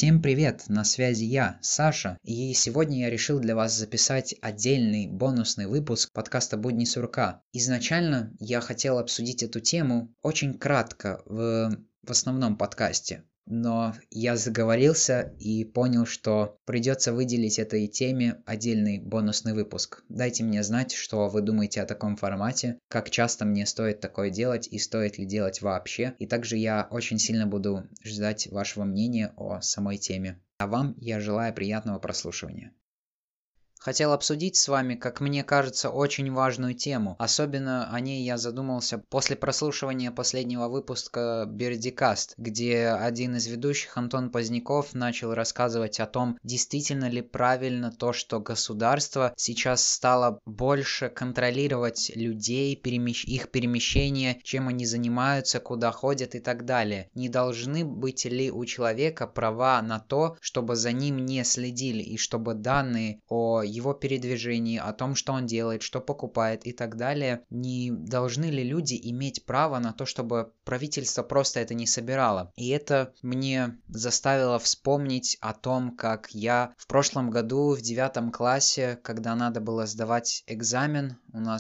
Всем привет, на связи я, Саша, и сегодня я решил для вас записать отдельный бонусный выпуск подкаста «Будни сурка». Изначально я хотел обсудить эту тему очень кратко в основном подкасте, но я заговорился и понял, что придется выделить этой теме отдельный бонусный выпуск. Дайте мне знать, что вы думаете о таком формате, как часто мне стоит такое делать и стоит ли делать вообще. И также я очень сильно буду ждать вашего мнения о самой теме. А вам я желаю приятного прослушивания. Хотел обсудить с вами, как мне кажется, очень важную тему. Особенно о ней я задумался после прослушивания последнего выпуска Бердикаст, где один из ведущих, Антон Поздняков, начал рассказывать о том, действительно ли правильно то, что государство сейчас стало больше контролировать людей, их перемещение, чем они занимаются, куда ходят и так далее. Не должны быть ли у человека права на то, чтобы за ним не следили и чтобы данные о его передвижении, о том, что он делает, что покупает и так далее, не должны ли люди иметь право на то, чтобы правительство просто это не собирало. И это мне заставило вспомнить о том, как я в прошлом году в 9 классе, когда надо было сдавать экзамен,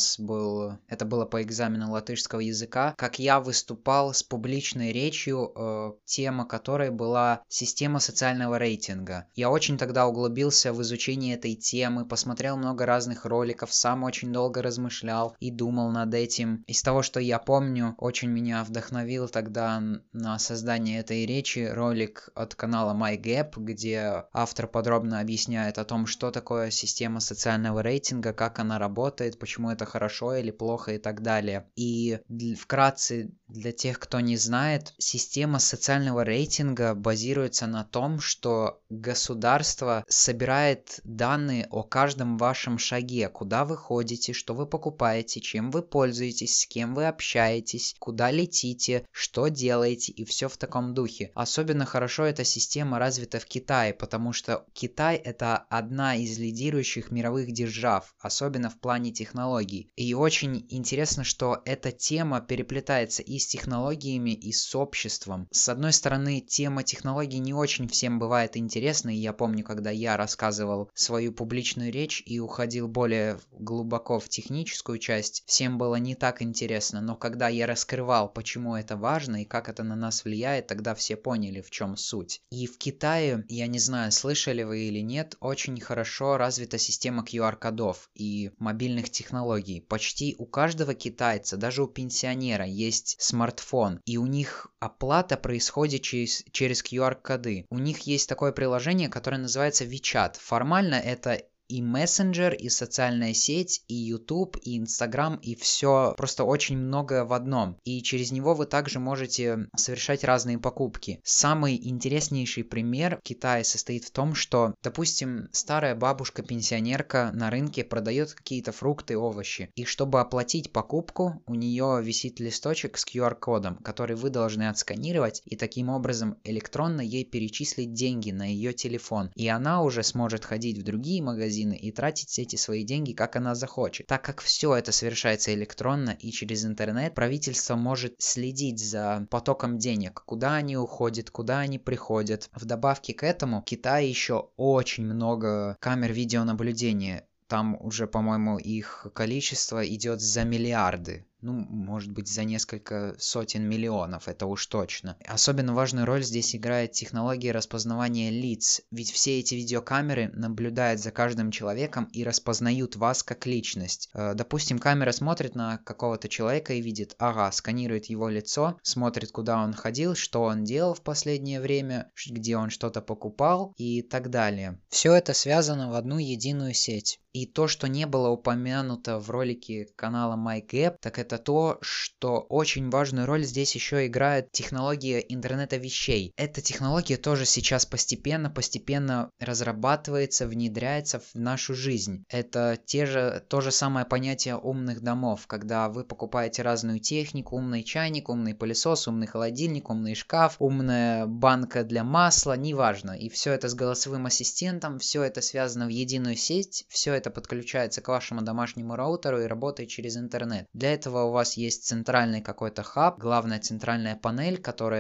это было по экзамену латышского языка, как я выступал с публичной речью, тема которой была система социального рейтинга. Я очень тогда углубился в изучение этой темы, посмотрел много разных роликов, сам очень долго размышлял и думал над этим. Из того, что я помню, очень меня вдохновил тогда на создание этой речи ролик от канала MyGap, где автор подробно объясняет о том, что такое система социального рейтинга, как она работает, почему это хорошо или плохо и так далее. И вкратце, для тех, кто не знает, система социального рейтинга базируется на том, что государство собирает данные о каждом вашем шаге, куда вы ходите, что вы покупаете, чем вы пользуетесь, с кем вы общаетесь, куда летите, что делаете и все в таком духе. Особенно хорошо эта система развита в Китае, потому что Китай это одна из лидирующих мировых держав, особенно в плане технологий. И очень интересно, что эта тема переплетается и с технологиями, и с обществом. С одной стороны, тема технологий не очень всем бывает интересна, и я помню, когда я рассказывал свою публичную речь и уходил более глубоко в техническую часть, всем было не так интересно, но когда я раскрывал, почему это важно и как это на нас влияет, тогда все поняли, в чем суть. И в Китае, я не знаю, слышали вы или нет, очень хорошо развита система QR-кодов и мобильных технологий. Почти у каждого китайца, даже у пенсионера, есть смартфон, и у них оплата происходит через QR-коды. У них есть такое приложение, которое называется WeChat. Формально это и мессенджер, и социальная сеть, и YouTube, и Instagram, и все просто очень многое в одном. И через него вы также можете совершать разные покупки. Самый интереснейший пример в Китае состоит в том, что, допустим, старая бабушка-пенсионерка на рынке продает какие-то фрукты, овощи. И чтобы оплатить покупку, у нее висит листочек с QR-кодом, который вы должны отсканировать, и таким образом электронно ей перечислить деньги на ее телефон. И она уже сможет ходить в другие магазины и тратить эти свои деньги, как она захочет. Так как все это совершается электронно и через интернет, правительство может следить за потоком денег, куда они уходят, куда они приходят. В добавке к этому в Китае еще очень много камер видеонаблюдения. Там уже, по-моему, их количество идет за миллиарды. Может быть, за несколько сотен миллионов, это уж точно. Особенно важную роль здесь играет технология распознавания лиц, ведь все эти видеокамеры наблюдают за каждым человеком и распознают вас как личность. Допустим, камера смотрит на какого-то человека и видит, сканирует его лицо, смотрит, куда он ходил, что он делал в последнее время, где он что-то покупал и так далее. Все это связано в одну единую сеть. И то, что не было упомянуто в ролике канала MyGap, так это то, что очень важную роль здесь еще играет технология интернета вещей. Эта технология тоже сейчас постепенно разрабатывается, внедряется в нашу жизнь. Это то же самое понятие умных домов, когда вы покупаете разную технику, умный чайник, умный пылесос, умный холодильник, умный шкаф, умная банка для масла, неважно. И все это с голосовым ассистентом, все это связано в единую сеть, все это подключается к вашему домашнему роутеру и работает через интернет. Для этого у вас есть центральный какой-то хаб, главная центральная панель, которая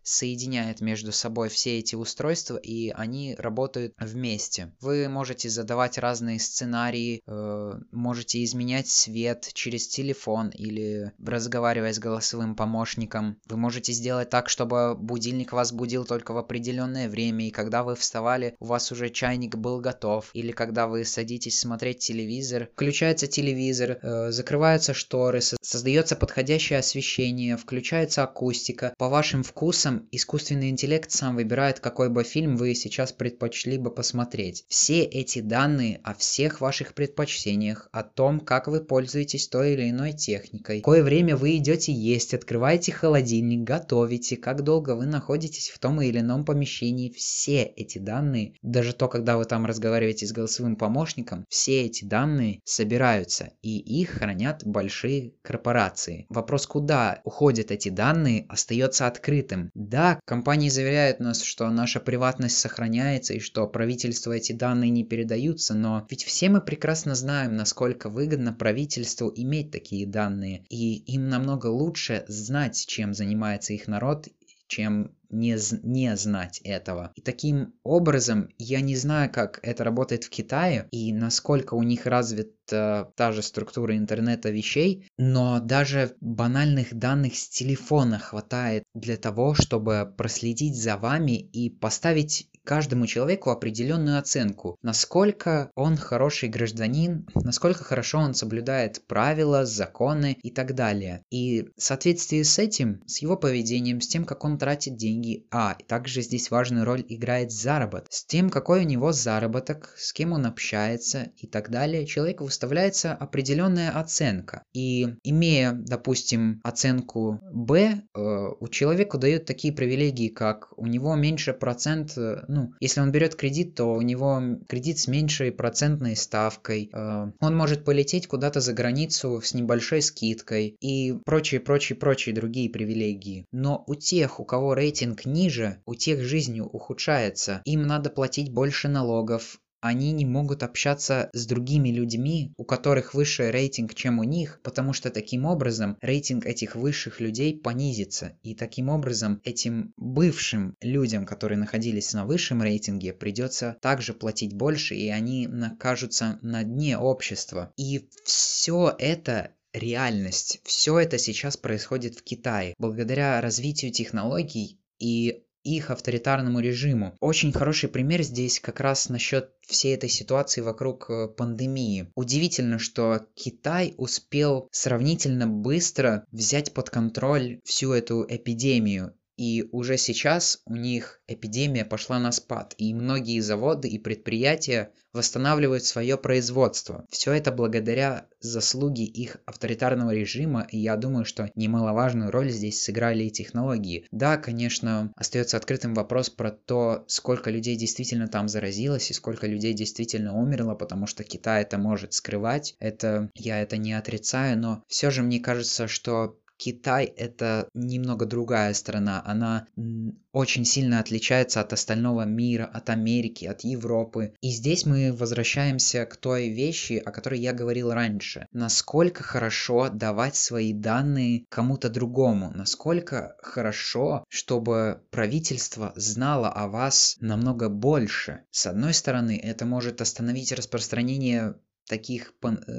соединяет между собой все эти устройства, и они работают вместе. Вы можете задавать разные сценарии, можете изменять свет через телефон или разговаривая с голосовым помощником. Вы можете сделать так, чтобы будильник вас будил только в определенное время, и когда вы вставали, у вас уже чайник был готов. Или когда вы садитесь смотреть телевизор, включается телевизор, закрываются шторы, создается подходящее освещение, включается акустика. По вашим вкусам искусственный интеллект сам выбирает, какой бы фильм вы сейчас предпочли бы посмотреть. Все эти данные о всех ваших предпочтениях, о том, как вы пользуетесь той или иной техникой, в какое время вы идете есть, открываете холодильник, готовите, как долго вы находитесь в том или ином помещении, все эти данные, даже то, когда вы там разговариваете с голосовым помощником, все эти данные собираются, и их хранят большие корпорации. Вопрос, куда уходят эти данные, остается открытым. Да, компании заверяют нас, что наша приватность сохраняется и что правительству эти данные не передаются, но ведь все мы прекрасно знаем, насколько выгодно правительству иметь такие данные, и им намного лучше знать, чем занимается их народ, чем не знать этого. И таким образом, я не знаю, как это работает в Китае и насколько у них развита та же структура интернета вещей, но даже банальных данных с телефона хватает для того, чтобы проследить за вами и поставить каждому человеку определенную оценку, насколько он хороший гражданин, насколько хорошо он соблюдает правила, законы и так далее. И в соответствии с этим, с его поведением, с тем, как он тратит деньги, и также здесь важную роль играет заработок. С тем, какой у него заработок, с кем он общается и так далее, человеку выставляется определенная оценка. И имея, допустим, оценку B, у человека дают такие привилегии, как у него меньше процент, если он берет кредит, то у него кредит с меньшей процентной ставкой, он может полететь куда-то за границу с небольшой скидкой и прочие другие привилегии. Но у тех, у кого рейтинг ниже, у тех жизнь ухудшается, им надо платить больше налогов, они не могут общаться с другими людьми, у которых выше рейтинг, чем у них, потому что таким образом рейтинг этих высших людей понизится. И таким образом этим бывшим людям, которые находились на высшем рейтинге, придется также платить больше, и они окажутся на дне общества. И все это реальность. Все это сейчас происходит в Китае. Благодаря развитию технологий и их авторитарному режиму. Очень хороший пример здесь как раз насчет всей этой ситуации вокруг пандемии. Удивительно, что Китай успел сравнительно быстро взять под контроль всю эту эпидемию. И уже сейчас у них эпидемия пошла на спад, и многие заводы и предприятия восстанавливают свое производство. Все это благодаря заслуге их авторитарного режима, и я думаю, что немаловажную роль здесь сыграли и технологии. Да, конечно, остается открытым вопрос про то, сколько людей действительно там заразилось и сколько людей действительно умерло, потому что Китай это может скрывать. Я это не отрицаю, но все же мне кажется, что Китай – это немного другая страна, она очень сильно отличается от остального мира, от Америки, от Европы. И здесь мы возвращаемся к той вещи, о которой я говорил раньше. Насколько хорошо давать свои данные кому-то другому, насколько хорошо, чтобы правительство знало о вас намного больше. С одной стороны, это может остановить распространение таких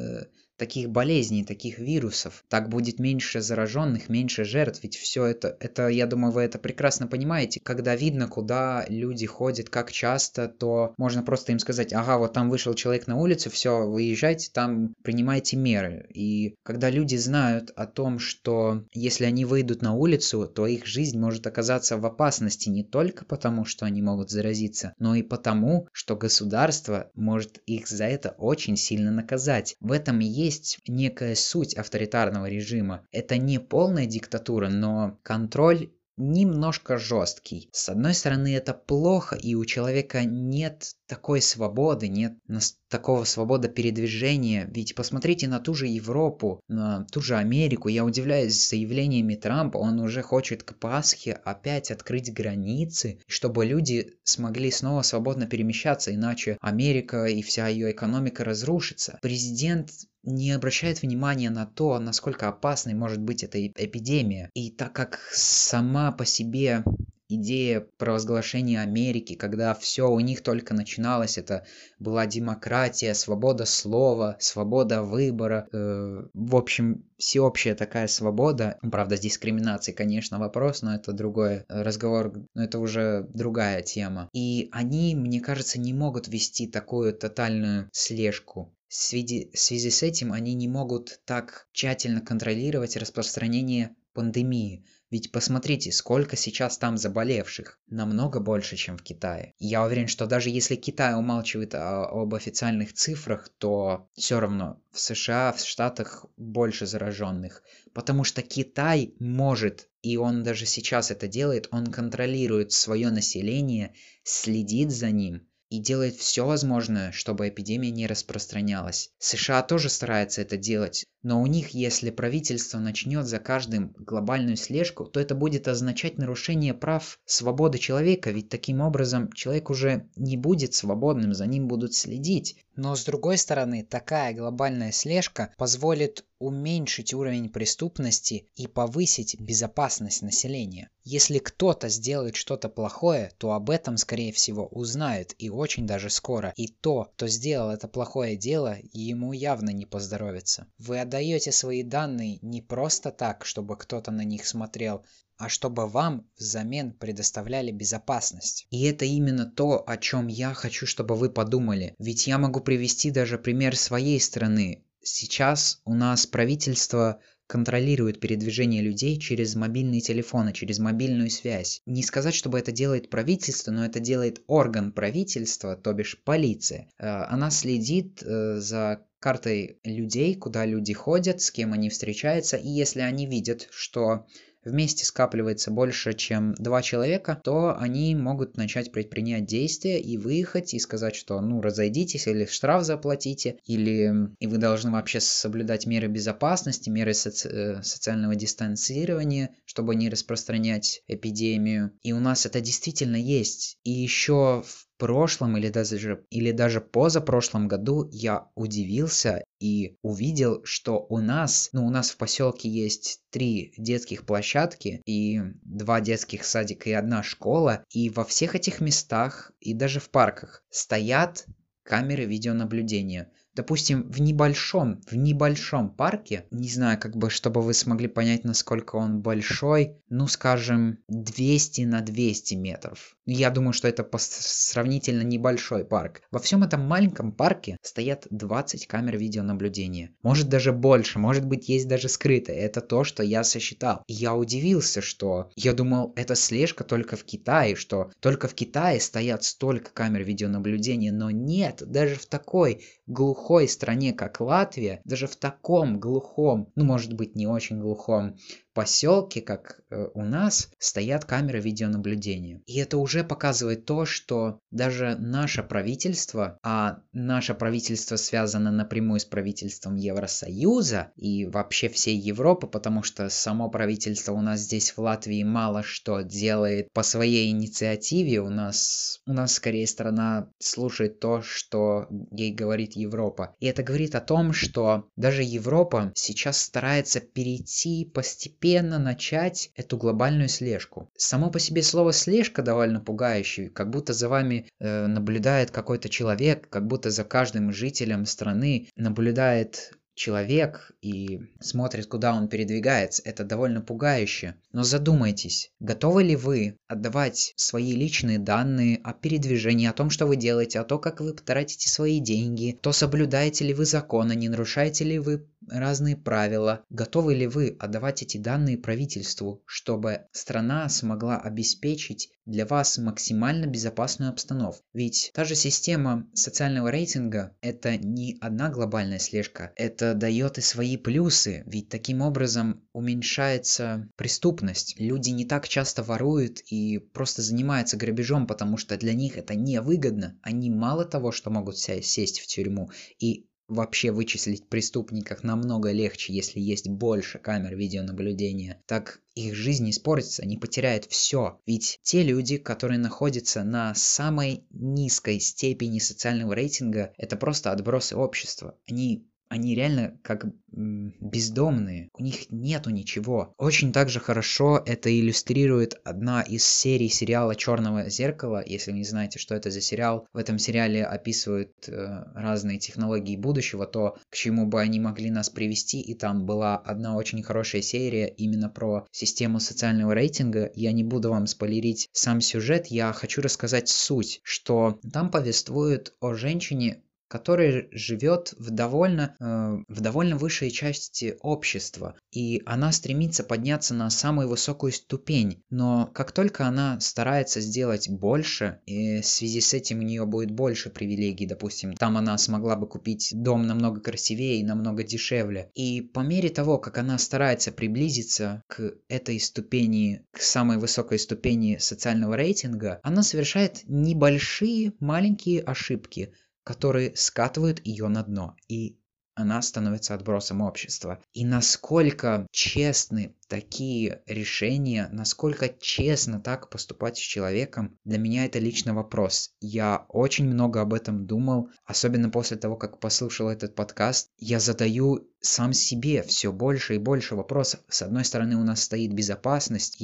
болезней, таких вирусов. Так будет меньше зараженных, меньше жертв, ведь все это, я думаю, вы это прекрасно понимаете. Когда видно, куда люди ходят, как часто, то можно просто им сказать: ага, вот там вышел человек на улицу, все, выезжайте, там принимайте меры. И когда люди знают о том, что если они выйдут на улицу, то их жизнь может оказаться в опасности не только потому, что они могут заразиться, но и потому, что государство может их за это очень сильно наказать. В этом и есть некая суть авторитарного режима. Это не полная диктатура, но контроль немножко жесткий. С одной стороны, это плохо, и у человека нет такой свободы, нет такого свободы передвижения. Ведь посмотрите на ту же Европу, на ту же Америку. Я удивляюсь заявлениями Трампа. Он уже хочет к Пасхе опять открыть границы, чтобы люди смогли снова свободно перемещаться, иначе Америка и вся ее экономика разрушится. Президент не обращает внимания на то, насколько опасной может быть эта эпидемия. И так как сама по себе идея провозглашения Америки, когда все у них только начиналось, это была демократия, свобода слова, свобода выбора, в общем, всеобщая такая свобода. Правда, с дискриминацией, конечно, вопрос, но это другой разговор, но это уже другая тема. И они, мне кажется, не могут вести такую тотальную слежку. В связи с этим они не могут так тщательно контролировать распространение пандемии. Ведь посмотрите, сколько сейчас там заболевших. Намного больше, чем в Китае. Я уверен, что даже если Китай умалчивает об официальных цифрах, то все равно в США, в Штатах больше зараженных. Потому что Китай может, и он даже сейчас это делает, он контролирует свое население, следит за ним и делает все возможное, чтобы эпидемия не распространялась. США тоже старается это делать, но у них, если правительство начнет за каждым глобальную слежку, то это будет означать нарушение прав свободы человека, ведь таким образом человек уже не будет свободным, за ним будут следить. Но с другой стороны, такая глобальная слежка позволит уменьшить уровень преступности и повысить безопасность населения. Если кто-то сделает что-то плохое, то об этом, скорее всего, узнают и очень даже скоро. И то, кто сделал это плохое дело, ему явно не поздоровится. Вы отдаете свои данные не просто так, чтобы кто-то на них смотрел, а чтобы вам взамен предоставляли безопасность. И это именно то, о чем я хочу, чтобы вы подумали. Ведь я могу привести даже пример своей страны. Сейчас у нас правительство контролирует передвижение людей через мобильные телефоны, через мобильную связь. Не сказать, чтобы это делает правительство, но это делает орган правительства, то бишь полиция. Она следит за картой людей, куда люди ходят, с кем они встречаются, и если они видят, что вместе скапливается больше, чем 2 человека, то они могут начать предпринять действия и выехать и сказать, что разойдитесь или штраф заплатите, или и вы должны вообще соблюдать меры безопасности, меры социального дистанцирования, чтобы не распространять эпидемию. И у нас это действительно есть. И еще в прошлом или даже позапрошлом году я удивился и увидел, что у нас в поселке есть 3 детских площадки и 2 детских садика и 1 школа, и во всех этих местах и даже в парках стоят камеры видеонаблюдения. Допустим, в небольшом парке, не знаю, чтобы вы смогли понять, насколько он большой, скажем, 200 на 200 метров. Я думаю, что это сравнительно небольшой парк. Во всем этом маленьком парке стоят 20 камер видеонаблюдения. Может даже больше, может быть есть даже скрытые. Это то, что я сосчитал. И я удивился, я думал, это слежка только в Китае, что только в Китае стоят столько камер видеонаблюдения, но нет, даже в такой глухой стране, как Латвия, даже в таком глухом, может быть не очень глухом поселке, как у нас, стоят камеры видеонаблюдения. И это уже показывает то, что даже наше правительство, а наше правительство связано напрямую с правительством Евросоюза и вообще всей Европы, потому что само правительство у нас здесь в Латвии мало что делает по своей инициативе. У нас скорее страна слушает то, что ей говорит Европа. И это говорит о том, что даже Европа сейчас старается перейти постепенно, начать эту глобальную слежку. Само по себе слово слежка довольно пугающее, как будто за вами наблюдает какой-то человек, как будто за каждым жителем страны наблюдает человек и смотрит, куда он передвигается. Это довольно пугающе. Но задумайтесь, готовы ли вы отдавать свои личные данные о передвижении, о том, что вы делаете, о том, как вы тратите свои деньги, то соблюдаете ли вы законы, не нарушаете ли вы разные правила. Готовы ли вы отдавать эти данные правительству, чтобы страна смогла обеспечить для вас максимально безопасную обстановку? Ведь та же система социального рейтинга – это не одна глобальная слежка, это дает и свои плюсы, ведь таким образом уменьшается преступность. Люди не так часто воруют и просто занимаются грабежом, потому что для них это невыгодно. Они мало того, что могут сесть в тюрьму и вообще вычислить преступников намного легче, если есть больше камер видеонаблюдения, так их жизнь испортится, они потеряют все. Ведь те люди, которые находятся на самой низкой степени социального рейтинга, это просто отбросы общества. Они они реально как бездомные, у них нету ничего. Очень также хорошо это иллюстрирует одна из серий сериала «Черного зеркала». Если вы не знаете, что это за сериал, в этом сериале описывают разные технологии будущего, то, к чему бы они могли нас привести, и там была одна очень хорошая серия именно про систему социального рейтинга. Я не буду вам спойлерить сам сюжет, я хочу рассказать суть, что там повествуют о женщине, которая живет в довольно высшей части общества, и она стремится подняться на самую высокую ступень, но как только она старается сделать больше, и в связи с этим у нее будет больше привилегий, допустим, там она смогла бы купить дом намного красивее и намного дешевле, и по мере того, как она старается приблизиться к этой ступени, к самой высокой ступени социального рейтинга, она совершает небольшие маленькие ошибки, которые скатывают ее на дно, и она становится отбросом общества. И насколько честны такие решения, насколько честно так поступать с человеком, для меня это лично вопрос. Я очень много об этом думал, особенно после того, как послушал этот подкаст. Я задаю сам себе все больше и больше вопросов. С одной стороны, у нас стоит безопасность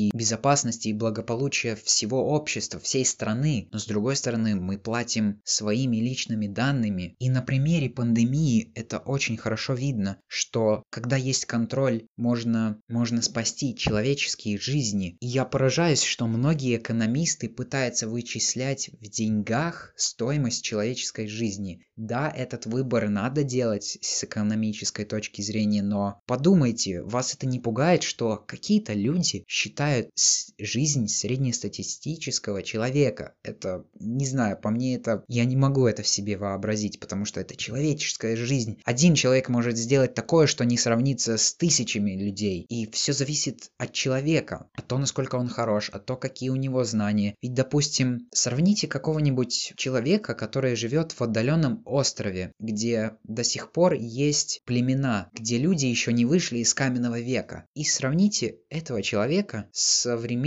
и благополучие всего общества, всей страны, но с другой стороны, мы платим своими личными данными. И на примере пандемии это очень хорошо видно, что когда есть контроль, можно спасти человеческие жизни. И я поражаюсь, что многие экономисты пытаются вычислять в деньгах стоимость человеческой жизни. Да, этот выбор надо делать с экономической точки зрения, но подумайте, вас это не пугает, что какие-то люди считают жизнь среднестатистического человека? Это, не знаю, по мне это... Я не могу это в себе вообразить, потому что это человеческая жизнь. Один человек может сделать такое, что не сравнится с тысячами людей. И все зависит от человека, от того, насколько он хорош, от того, какие у него знания. Ведь, допустим, сравните какого-нибудь человека, который живет в отдаленном острове, где до сих пор есть племена, где люди еще не вышли из каменного века. И сравните этого человека с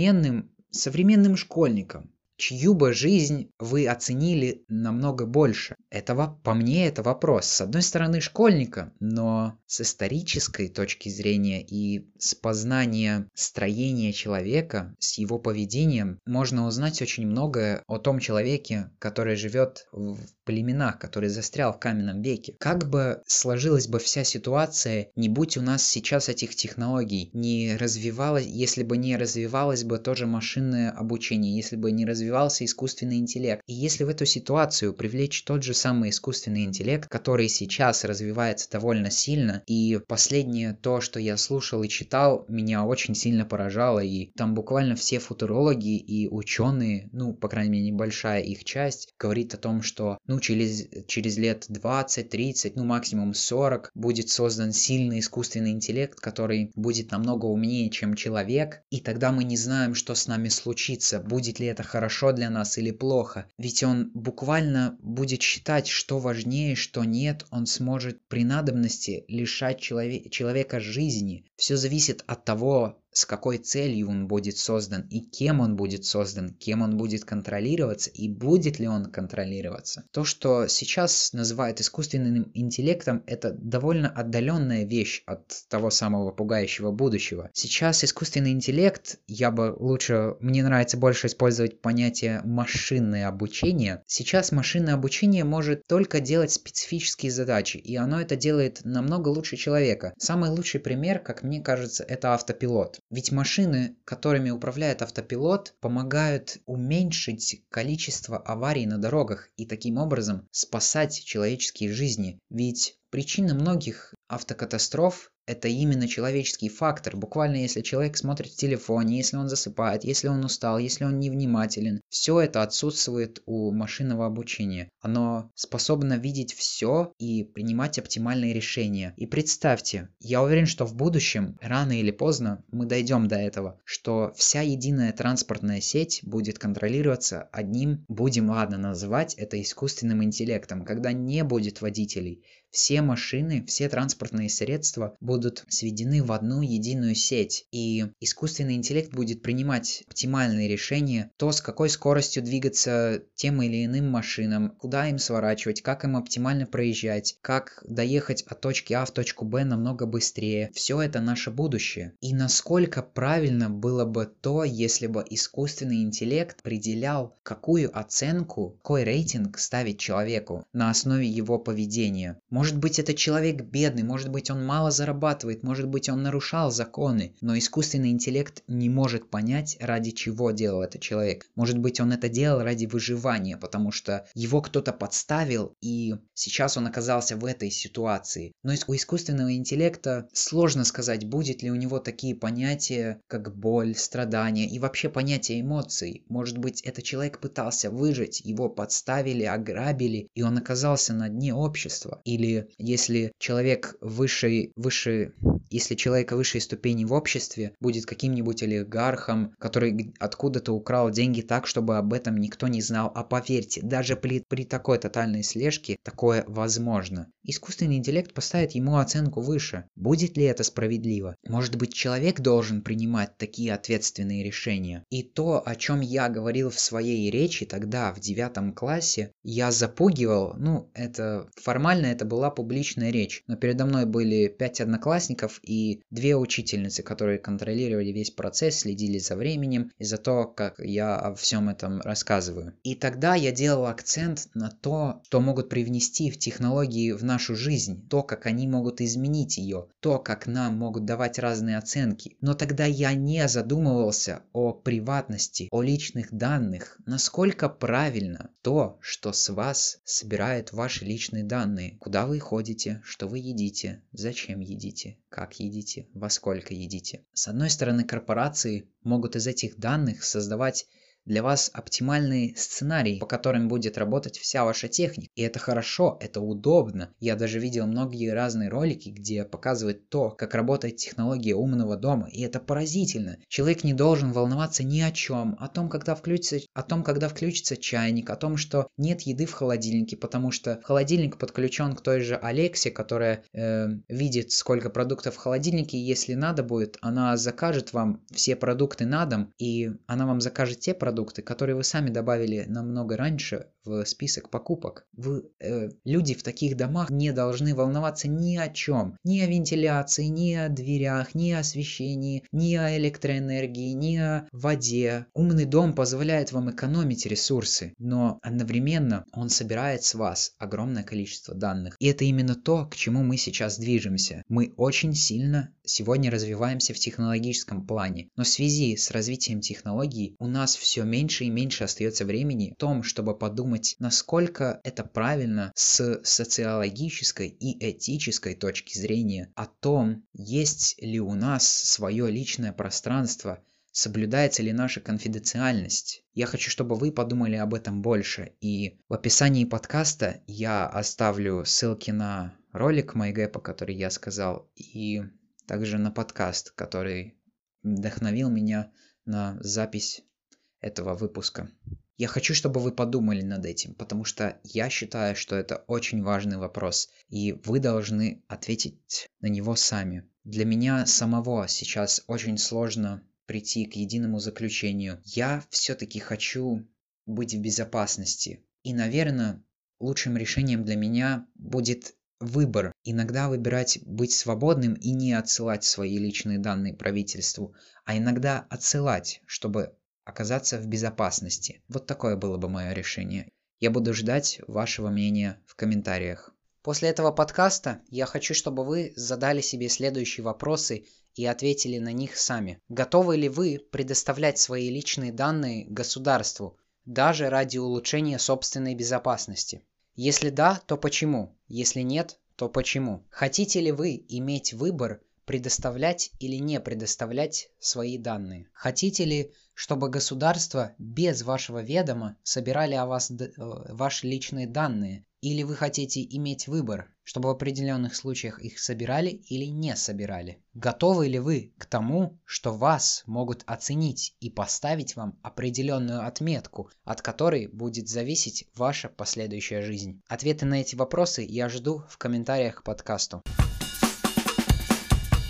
современным школьником, чью бы жизнь вы оценили намного больше. По мне, это вопрос. С одной стороны, школьника, но с исторической точки зрения и с познания строения человека, с его поведением, можно узнать очень многое о том человеке, который живет в племенах, который застрял в каменном веке. Как бы сложилась бы вся ситуация, не будь у нас сейчас этих технологий, если бы не развивалось бы тоже машинное обучение, если бы не развивался искусственный интеллект. И если в эту ситуацию привлечь тот же самый искусственный интеллект, который сейчас развивается довольно сильно, и последнее то, что я слушал и читал, меня очень сильно поражало, и там буквально все футурологи и ученые, по крайней мере, небольшая их часть, говорит о том, что через лет 20, 30, максимум 40 будет создан сильный искусственный интеллект, который будет намного умнее, чем человек, и тогда мы не знаем, что с нами случится, будет ли это хорошо для нас или плохо. Ведь он буквально будет считать, что важнее, что нет, он сможет при надобности лишать человека жизни. Все зависит от того, с какой целью он будет создан и кем он будет создан, кем он будет контролироваться и будет ли он контролироваться. То, что сейчас называют искусственным интеллектом, это довольно отдаленная вещь от того самого пугающего будущего. Сейчас искусственный интеллект, мне нравится больше использовать понятие машинное обучение. Сейчас машинное обучение может только делать специфические задачи, и оно это делает намного лучше человека. Самый лучший пример, как мне кажется, это автопилот. Ведь машины, которыми управляет автопилот, помогают уменьшить количество аварий на дорогах и таким образом спасать человеческие жизни. Ведь причина многих автокатастроф – это именно человеческий фактор. Буквально, если человек смотрит в телефоне, если он засыпает, если он устал, если он невнимателен, все это отсутствует у машинного обучения. Оно способно видеть все и принимать оптимальные решения. И представьте, я уверен, что в будущем, рано или поздно, мы дойдем до этого, что вся единая транспортная сеть будет контролироваться одним, называть это искусственным интеллектом, когда не будет водителей. Все машины, все транспортные средства будут будут сведены в одну единую сеть, и искусственный интеллект будет принимать оптимальные решения, то, с какой скоростью двигаться тем или иным машинам, куда им сворачивать, как им оптимально проезжать, как доехать от точки А в точку Б намного быстрее. Все это наше будущее. И насколько правильно было бы то, если бы искусственный интеллект определял, какую оценку, какой рейтинг ставить человеку на основе его поведения. Может быть, это человек бедный, может быть, он мало зарабатывает, может быть, он нарушал законы, но искусственный интеллект не может понять, ради чего делал этот человек. Может быть, он это делал ради выживания, потому что его кто-то подставил, и сейчас он оказался в этой ситуации. Но у искусственного интеллекта сложно сказать, будет ли у него такие понятия, как боль, страдания и вообще понятие эмоций. Может быть, этот человек пытался выжить, его подставили, ограбили, и он оказался на дне общества. Или если человек человека высшей ступени в обществе будет каким-нибудь олигархом, который откуда-то украл деньги так, чтобы об этом никто не знал. А поверьте, даже при такой тотальной слежке такое возможно. Искусственный интеллект поставит ему оценку выше. Будет ли это справедливо? Может быть, человек должен принимать такие ответственные решения? И то, о чем я говорил в своей речи тогда, в 9 классе, я запугивал, формально это была публичная речь, но передо мной были 5 одноклассников и 2 учительницы, которые контролировали весь процесс, следили за временем и за то, как я о всем этом рассказываю. И тогда я делал акцент на то, что могут привнести в технологии в нашу жизнь, то, как они могут изменить ее, то, как нам могут давать разные оценки. Но тогда я не задумывался о приватности, о личных данных, насколько правильно то, что с вас собирает ваши личные данные, куда вы ходите, что вы едите, зачем едите, как едите, во сколько едите. С одной стороны, корпорации могут из этих данных создавать для вас оптимальный сценарий, по которым будет работать вся ваша техника. И это хорошо, это удобно. Я даже видел многие разные ролики, где показывают то, как работает технология умного дома. И это поразительно. Человек не должен волноваться ни о чем. О том, когда включится чайник, о том, что нет еды в холодильнике, потому что холодильник подключен к той же Алексе, которая видит, сколько продуктов в холодильнике. И если надо будет, она закажет вам все продукты на дом, и она вам закажет те продукты, которые вы сами добавили намного раньше в список покупок. Люди в таких домах не должны волноваться ни о чем. Ни о вентиляции, ни о дверях, ни о освещении, ни о электроэнергии, ни о воде. Умный дом позволяет вам экономить ресурсы, но одновременно он собирает с вас огромное количество данных. И это именно то, к чему мы сейчас движемся. Мы очень сильно сегодня развиваемся в технологическом плане, но в связи с развитием технологий у нас все меньше и меньше остается времени в том, чтобы подумать, насколько это правильно с социологической и этической точки зрения о том, есть ли у нас свое личное пространство, соблюдается ли наша конфиденциальность. Я хочу, чтобы вы подумали об этом больше, и в описании подкаста я оставлю ссылки на ролик MyGap, который я сказал, и также на подкаст, который вдохновил меня на запись этого выпуска. Я хочу, чтобы вы подумали над этим, потому что я считаю, что это очень важный вопрос, и вы должны ответить на него сами. Для меня самого сейчас очень сложно прийти к единому заключению. Я все-таки хочу быть в безопасности. И, наверное, лучшим решением для меня будет выбор. Иногда выбирать быть свободным и не отсылать свои личные данные правительству, а иногда отсылать, чтобы оказаться в безопасности. Вот такое было бы мое решение. Я буду ждать вашего мнения в комментариях. После этого подкаста я хочу, чтобы вы задали себе следующие вопросы и ответили на них сами. Готовы ли вы предоставлять свои личные данные государству, даже ради улучшения собственной безопасности? Если да, то почему? Если нет, то почему? Хотите ли вы иметь выбор предоставлять или не предоставлять свои данные? Хотите ли, чтобы государство без вашего ведома собирали о вас ваши личные данные? Или вы хотите иметь выбор, чтобы в определенных случаях их собирали или не собирали? Готовы ли вы к тому, что вас могут оценить и поставить вам определенную отметку, от которой будет зависеть ваша последующая жизнь? Ответы на эти вопросы я жду в комментариях к подкасту.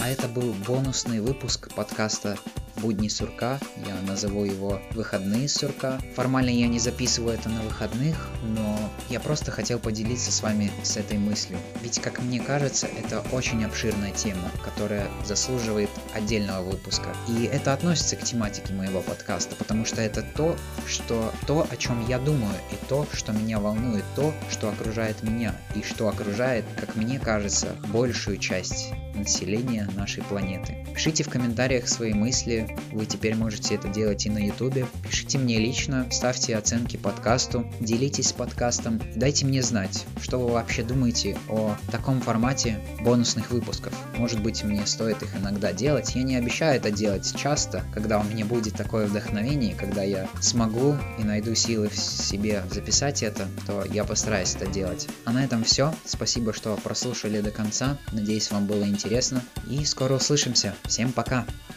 А это был бонусный выпуск подкаста «Будни сурка». Я назову его «Выходные сурка». Формально я не записываю это на выходных, но я просто хотел поделиться с вами с этой мыслью. Ведь, как мне кажется, это очень обширная тема, которая заслуживает отдельного выпуска. И это относится к тематике моего подкаста, потому что это то, о чем я думаю, и то, что меня волнует, то, что окружает меня, и что окружает, как мне кажется, большую часть населения нашей планеты. Пишите в комментариях свои мысли, вы теперь можете это делать и на ютубе. Пишите мне лично, ставьте оценки подкасту, делитесь с подкастом, дайте мне знать, что вы вообще думаете о таком формате бонусных выпусков. Может быть, мне стоит их иногда делать. Я не обещаю это делать часто, когда у меня будет такое вдохновение, когда я смогу и найду силы в себе записать это, то я постараюсь это делать. А на этом все. Спасибо, что прослушали до конца. Надеюсь, вам было интересно. И скоро услышимся. Всем пока!